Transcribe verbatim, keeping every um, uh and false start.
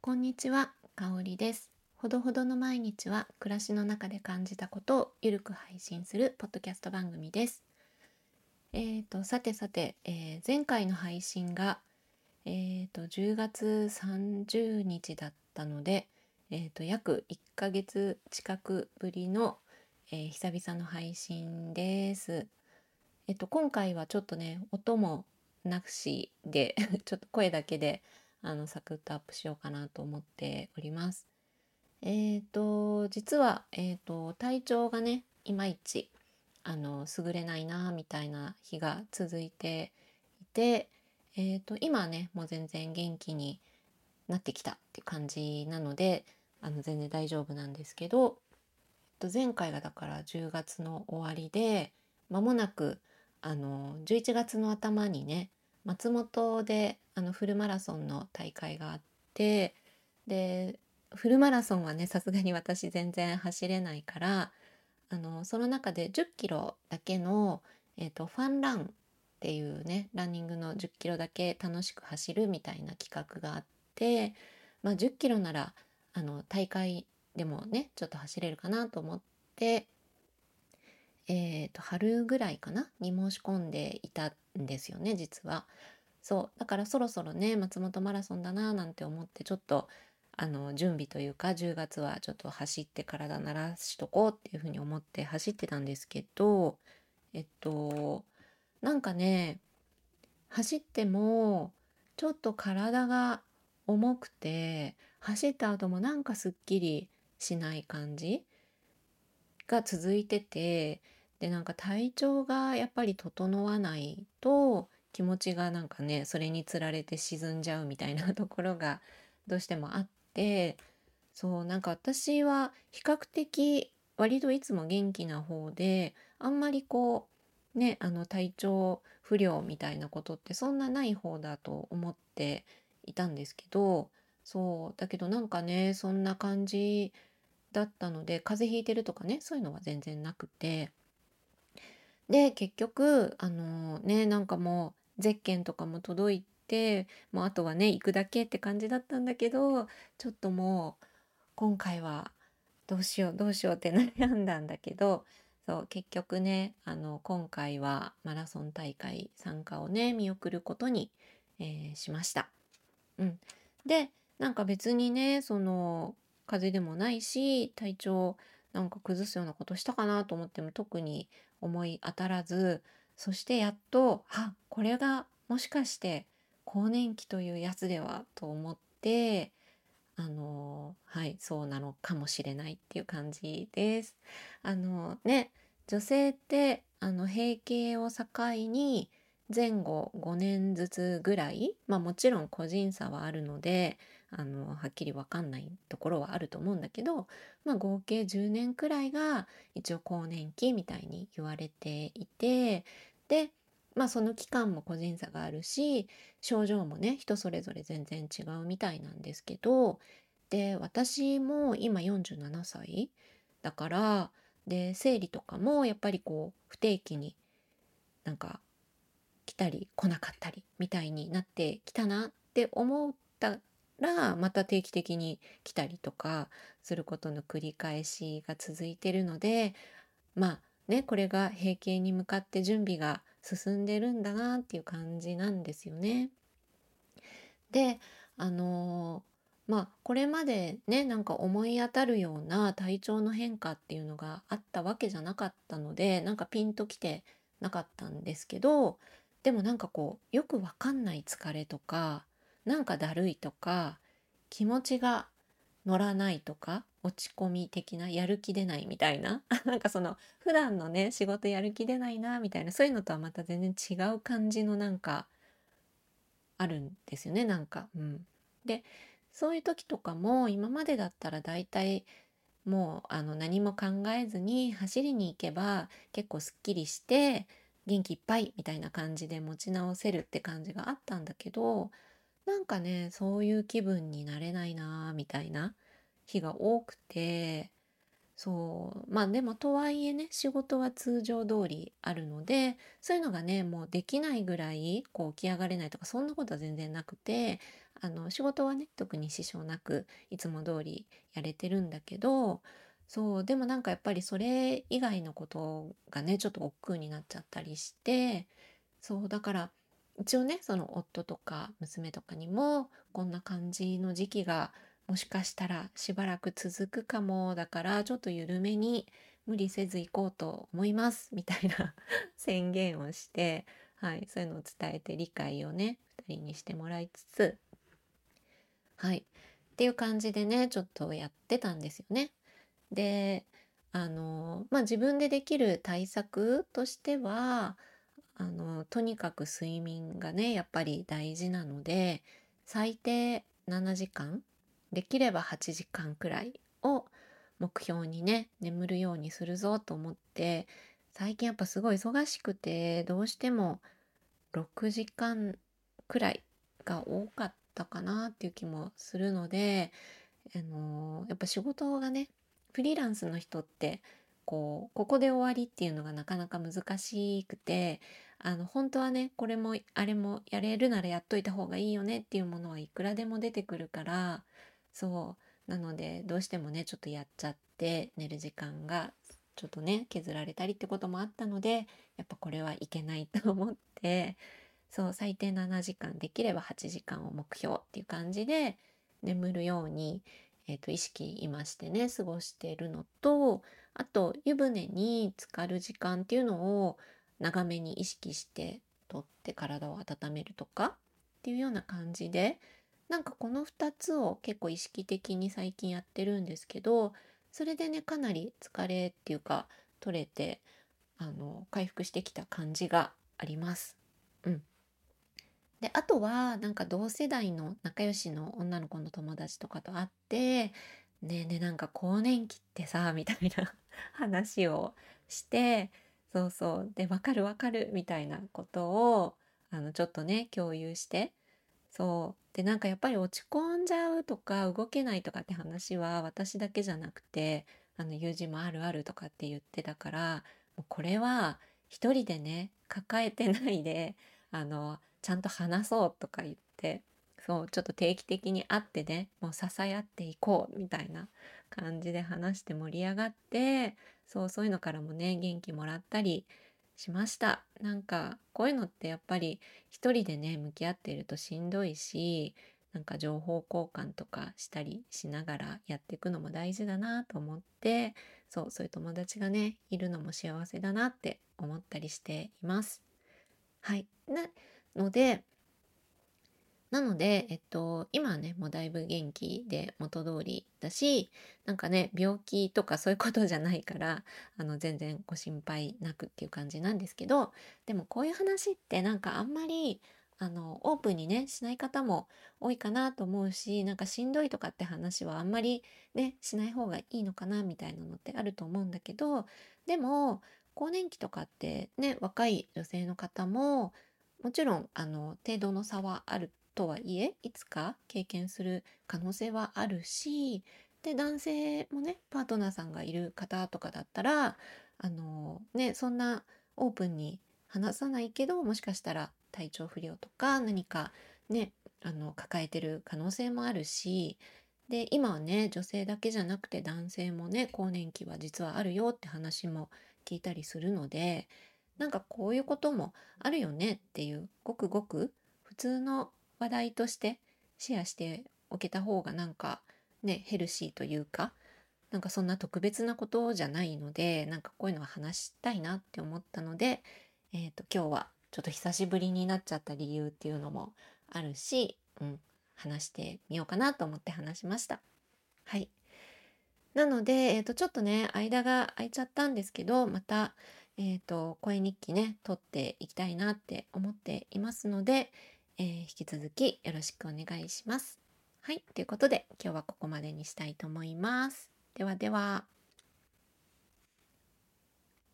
こんにちは、かおりです。ほどほどの毎日は暮らしの中で感じたことをゆるく配信するポッドキャスト番組です。えーと、さてさて、えー前回の配信が、えーと、じゅうがつさんじゅうにちだったので、えーと、約いっかげつ近くぶりの、えー久々の配信です。えっと、今回はちょっとね、音もなしでちょっと声だけであのサクッとアップしようかなと思っております。えっと、実は、えっと、体調がね、いまいち、あの、優れないな、みたいな日が続いていて、えっと、今はね、もう全然元気になってきたっていう感じなので、あの、全然大丈夫なんですけど、えっと、前回がだからじゅうがつの終わりで、間もなく、あの、じゅういちがつの頭にね、松本であのフルマラソンの大会があって、で、フルマラソンはね、さすがに私全然走れないから、あの、その中でじゅっキロだけの、えっと、ファンランっていうね、ランニングのじゅっキロだけ楽しく走るみたいな企画があって、まあ、じゅっキロなら、あの、大会でもね、ちょっと走れるかなと思って、えっと、春ぐらいかなに申し込んでいたんですよね、実は。そう、だからそろそろね、松本マラソンだななんて思って、ちょっと、あの、準備というか、じゅうがつはちょっと走って体慣らしとこうっていうふうに思って走ってたんですけど、えっと、なんかね、走っても、ちょっと体が重くて、走った後もなんかすっきりしない感じが続いてて、で、なんか体調がやっぱり整わないと気持ちがなんかね、それにつられて沈んじゃうみたいなところがどうしてもあって、そう、なんか私は比較的割といつも元気な方で、あんまりこう、ね、あの体調不良みたいなことってそんなない方だと思っていたんですけど、そう、だけどなんかね、そんな感じだったので、風邪ひいてるとかね、そういうのは全然なくて、で、結局、あのね、なんかもう、ゼッケンとかも届いて、もうあとはね、行くだけって感じだったんだけど、ちょっともう、今回はどうしようどうしようって悩んだんだけど、そう、結局ね、あの、今回はマラソン大会参加をね、見送ることに、えーしました。うん。で、なんか別にね、その、風邪でもないし、体調なんか崩すようなことしたかなと思っても特に思い当たらず、そしてやっと、あ、これがもしかして更年期というやつではと思って、あの、はい、そうなのかもしれないっていう感じです。あのね、女性ってあの閉経を境に前後ごねんずつぐらい、まあもちろん個人差はあるので、あのはっきりわかんないところはあると思うんだけど、まあ合計じゅうねんくらいが一応更年期みたいに言われていて、で、まあその期間も個人差があるし、症状もね、人それぞれ全然違うみたいなんですけど、で、私も今よんじゅうななさいだから、で、生理とかもやっぱりこう、不定期になんか来たり来なかったりみたいになってきたなって思ったら、また定期的に来たりとかすることの繰り返しが続いてるので、まあね、これが閉経に向かって準備が進んでるんだなっていう感じなんですよね。で、あのーまあこれまでね、なんか思い当たるような体調の変化っていうのがあったわけじゃなかったので、なんかピンときてなかったんですけど、でもなんかこうよくわかんない疲れとか、なんかだるいとか、気持ちが乗らないとか、落ち込み的な、やる気出ないみたいな、なんかその普段のね、仕事やる気出ないなみたいな、そういうのとはまた全然違う感じのなんかあるんですよね、なんか。うん。で、そういう時とかも今までだったら大体もうあの何も考えずに走りに行けば結構すっきりして元気いっぱいみたいな感じで持ち直せるって感じがあったんだけど、なんかね、そういう気分になれないなみたいな日が多くて、 そうまあでもとはいえね、仕事は通常通りあるので、そういうのがねもうできないぐらいこう起き上がれないとか、そんなことは全然なくて、あの仕事はね特に支障なくいつも通りやれてるんだけど、そうでもなんかやっぱりそれ以外のことがねちょっと億劫になっちゃったりして、そうだから一応ね、その夫とか娘とかにもこんな感じの時期がもしかしたらしばらく続くかも、だからちょっと緩めに無理せず行こうと思いますみたいな宣言をして、はい、そういうのを伝えて理解をねふたりにしてもらいつつ、はいっていう感じでねちょっとやってたんですよね。で、あのまあ自分でできる対策としては、あのとにかく睡眠がねやっぱり大事なので、最低ななじかん、できればはちじかんくらいを目標にね眠るようにするぞと思って、最近やっぱすごい忙しくてどうしてもろくじかんくらいが多かったかなっていう気もするので、あのやっぱ仕事がね、フリーランスの人ってこうここで終わりっていうのがなかなか難しくて、あの本当はねこれもあれもやれるならやっといた方がいいよねっていうものはいくらでも出てくるから、そうなのでどうしてもねちょっとやっちゃって寝る時間がちょっとね削られたりってこともあったので、やっぱこれはいけないと思って、そう最低ななじかん、できればはちじかんを目標っていう感じで眠るように、えー、と意識今してね過ごしているのと、あと湯船に浸かる時間っていうのを長めに意識してとって体を温めるとかっていうような感じで、なんかこのふたつを結構意識的に最近やってるんですけど、それでねかなり疲れっていうか取れて、あの回復してきた感じがあります。うん。で、あとは、なんか同世代の仲良しの女の子の友達とかと会って、ねえねえなんか更年期ってさ、みたいな話をして、そうそう。で、わかるわかるみたいなことを、あの、ちょっとね、共有して、そう。で、なんかやっぱり落ち込んじゃうとか動けないとかって話は私だけじゃなくて、あの友人もあるあるとかって言ってたから、もうこれは一人でね、抱えてないで、あの、ちゃんと話そうとか言って、そう、ちょっと定期的に会ってね、もう支え合っていこうみたいな感じで話して盛り上がって、そう、そういうのからもね、元気もらったりしました。なんか、こういうのってやっぱり一人でね、向き合っているとしんどいし、なんか情報交換とかしたりしながらやっていくのも大事だなと思って、そう、そういう友達がね、いるのも幸せだなって思ったりしています。はい。なので、なので、えっと、今はね、もうだいぶ元気で元通りだし、なんかね、病気とかそういうことじゃないから、あの、全然ご心配なくっていう感じなんですけど、でもこういう話ってなんかあんまり、あの、オープンにね、しない方も多いかなと思うし、なんかしんどいとかって話はあんまりね、しない方がいいのかなみたいなのってあると思うんだけど、でも、更年期とかってね、若い女性の方も、もちろん、あの、程度の差はあるとはいえ、いつか経験する可能性はあるし、で、男性もね、パートナーさんがいる方とかだったら、あの、ね、そんなオープンに話さないけど、もしかしたら体調不良とか何かね、あの、抱えてる可能性もあるし、で、今はね、女性だけじゃなくて男性もね、更年期は実はあるよって話も聞いたりするので、なんかこういうこともあるよねっていう、ごくごく普通の話題としてシェアしておけた方がなんかね、ヘルシーというか、なんかそんな特別なことじゃないので、なんかこういうのは話したいなって思ったので、えっと、今日はちょっと久しぶりになっちゃった理由っていうのもあるし、うん、話してみようかなと思って話しました。はい。なので、えっと、ちょっとね、間が空いちゃったんですけど、また、えっと、声日記ね、撮っていきたいなって思っていますので、えー引き続きよろしくお願いします。はい、ということで、今日はここまでにしたいと思います。ではでは。